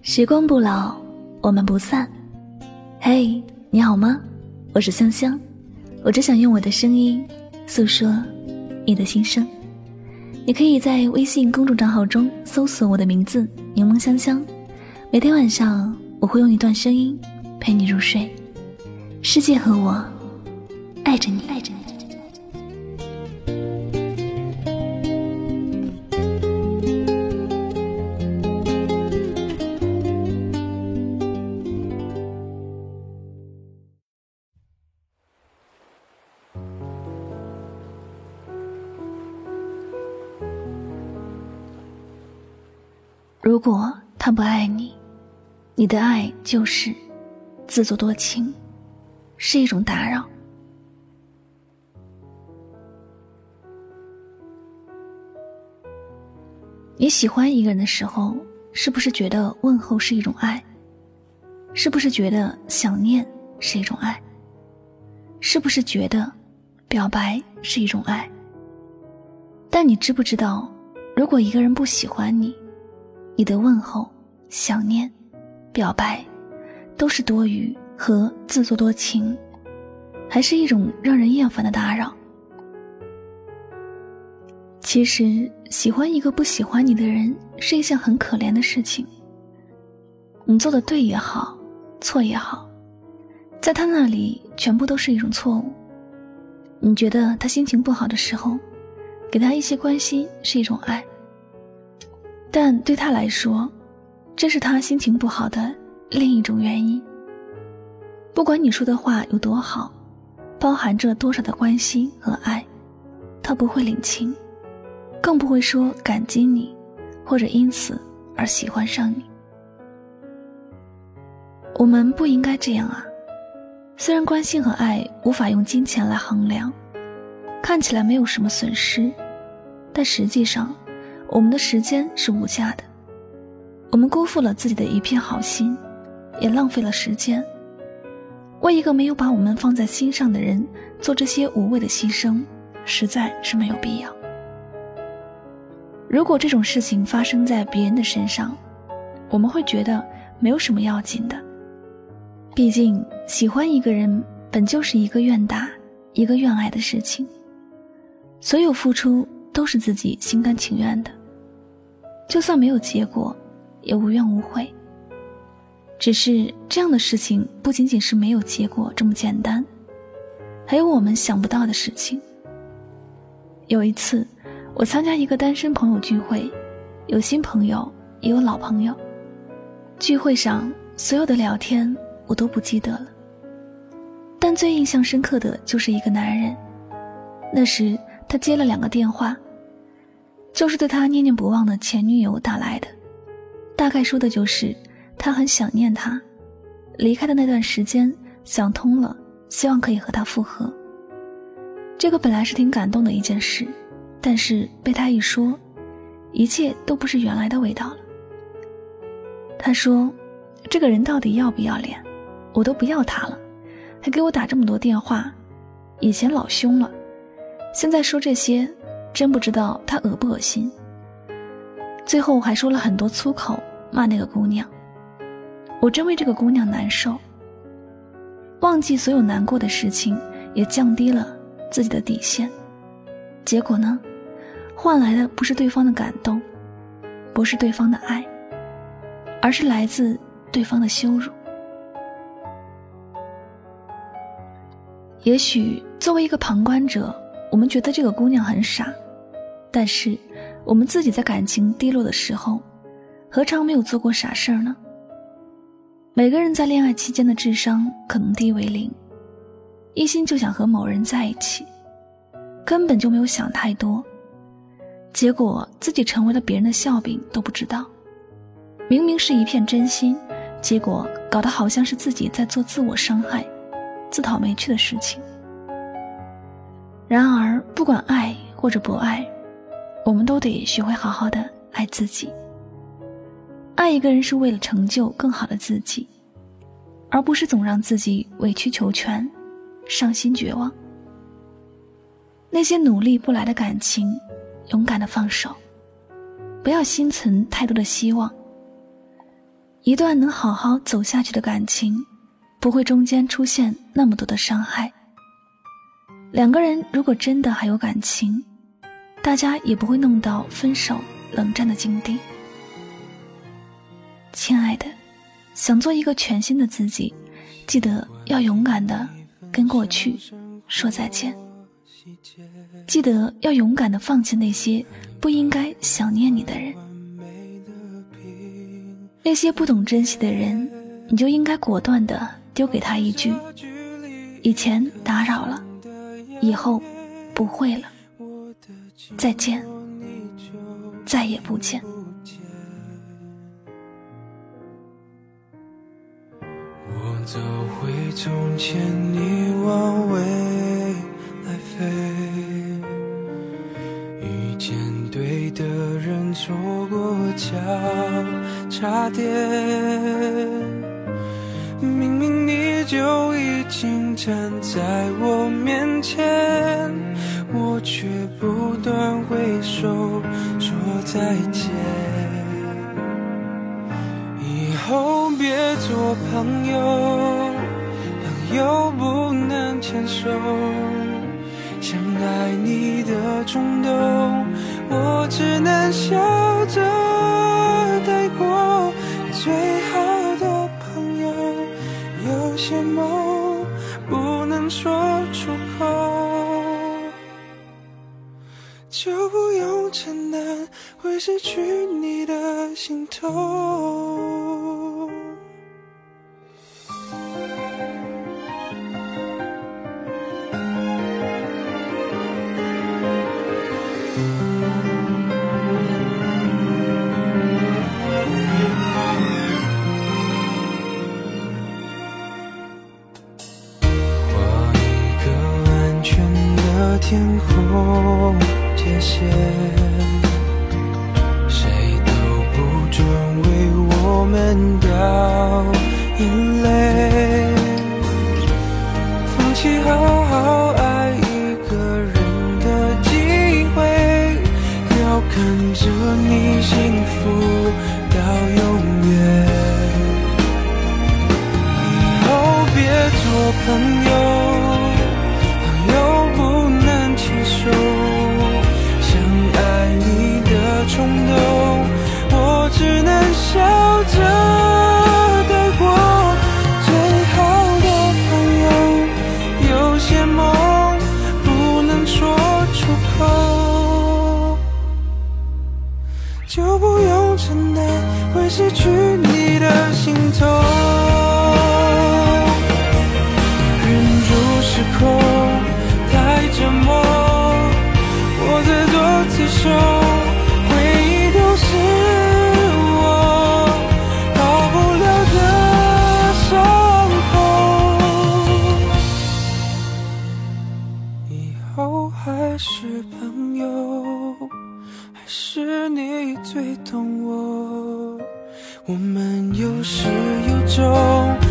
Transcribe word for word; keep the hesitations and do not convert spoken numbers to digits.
时光不老，我们不散。嘿，你好吗？我是香香，我只想用我的声音诉说你的心声。你可以在微信公众账号中搜索我的名字柠檬香香，每天晚上我会用一段声音陪你入睡。世界和我爱着你，爱着你。如果他不爱你，你的爱就是自作多情，是一种打扰。你喜欢一个人的时候，是不是觉得问候是一种爱？是不是觉得想念是一种爱？是不是觉得表白是一种爱？但你知不知道，如果一个人不喜欢你，你的问候、想念、表白都是多余和自作多情，还是一种让人厌烦的打扰。其实喜欢一个不喜欢你的人是一件很可怜的事情，你做的对也好，错也好，在他那里全部都是一种错误。你觉得他心情不好的时候，给他一些关心是一种爱，但对他来说，这是他心情不好的另一种原因。不管你说的话有多好，包含着多少的关心和爱，他不会领情，更不会说感激你，或者因此而喜欢上你。我们不应该这样啊！虽然关心和爱无法用金钱来衡量，看起来没有什么损失，但实际上我们的时间是无价的，我们辜负了自己的一片好心，也浪费了时间，为一个没有把我们放在心上的人做这些无谓的牺牲，实在是没有必要。如果这种事情发生在别人的身上，我们会觉得没有什么要紧的，毕竟喜欢一个人本就是一个愿打一个愿挨的事情，所有付出都是自己心甘情愿的，就算没有结果也无怨无悔。只是这样的事情不仅仅是没有结果这么简单，还有我们想不到的事情。有一次我参加一个单身朋友聚会，有新朋友也有老朋友，聚会上所有的聊天我都不记得了，但最印象深刻的就是一个男人。那时他接了两个电话，就是对他念念不忘的前女友打来的，大概说的就是他很想念他，离开的那段时间想通了，希望可以和他复合。这个本来是挺感动的一件事，但是被他一说，一切都不是原来的味道了。他说，这个人到底要不要脸，我都不要他了，还给我打这么多电话，以前老凶了，现在说这些真不知道他恶不恶心。最后还说了很多粗口，骂那个姑娘。我真为这个姑娘难受，忘记所有难过的事情，也降低了自己的底线。结果呢，换来的不是对方的感动，不是对方的爱，而是来自对方的羞辱。也许作为一个旁观者，我们觉得这个姑娘很傻，但是我们自己在感情低落的时候，何尝没有做过傻事儿呢？每个人在恋爱期间的智商可能低为零，一心就想和某人在一起，根本就没有想太多，结果自己成为了别人的笑柄都不知道。明明是一片真心，结果搞得好像是自己在做自我伤害、自讨没趣的事情。然而不管爱或者不爱，我们都得学会好好的爱自己。爱一个人是为了成就更好的自己，而不是总让自己委曲求全，伤心绝望。那些努力不来的感情，勇敢的放手，不要心存太多的希望。 一段能好好走下去的感情，不会中间出现那么多的伤害。两个人如果真的还有感情，大家也不会弄到分手冷战的境地。亲爱的，想做一个全新的自己，记得要勇敢地跟过去说再见，记得要勇敢地放弃那些不应该想念你的人。那些不懂珍惜的人，你就应该果断地丢给他一句：以前打扰了，以后不会了，再见，再也不见。 我走回从前，你往未来飞，遇见对的人，错过交叉点，明明你就已经站在我面前，我却不断挥手说再见。以后别做朋友，朋友不能牵手，想爱你的冲动，我只能笑着带过。最好的朋友，有些梦不能说出口，就不用承担会失去你的心痛。天空界限，谁都不准为我们掉眼泪，放弃好好爱一个人的机会，要看着你幸福到永远。以后别做朋友，想爱你的冲动，我只能笑着带过。最好的朋友，有些梦不能说出口，就不用承担会失去你的心痛。忍住失控，太折磨，我自作自受，回忆都是我好不了的伤口。以后还是朋友，还是你最懂我，我们有始有终。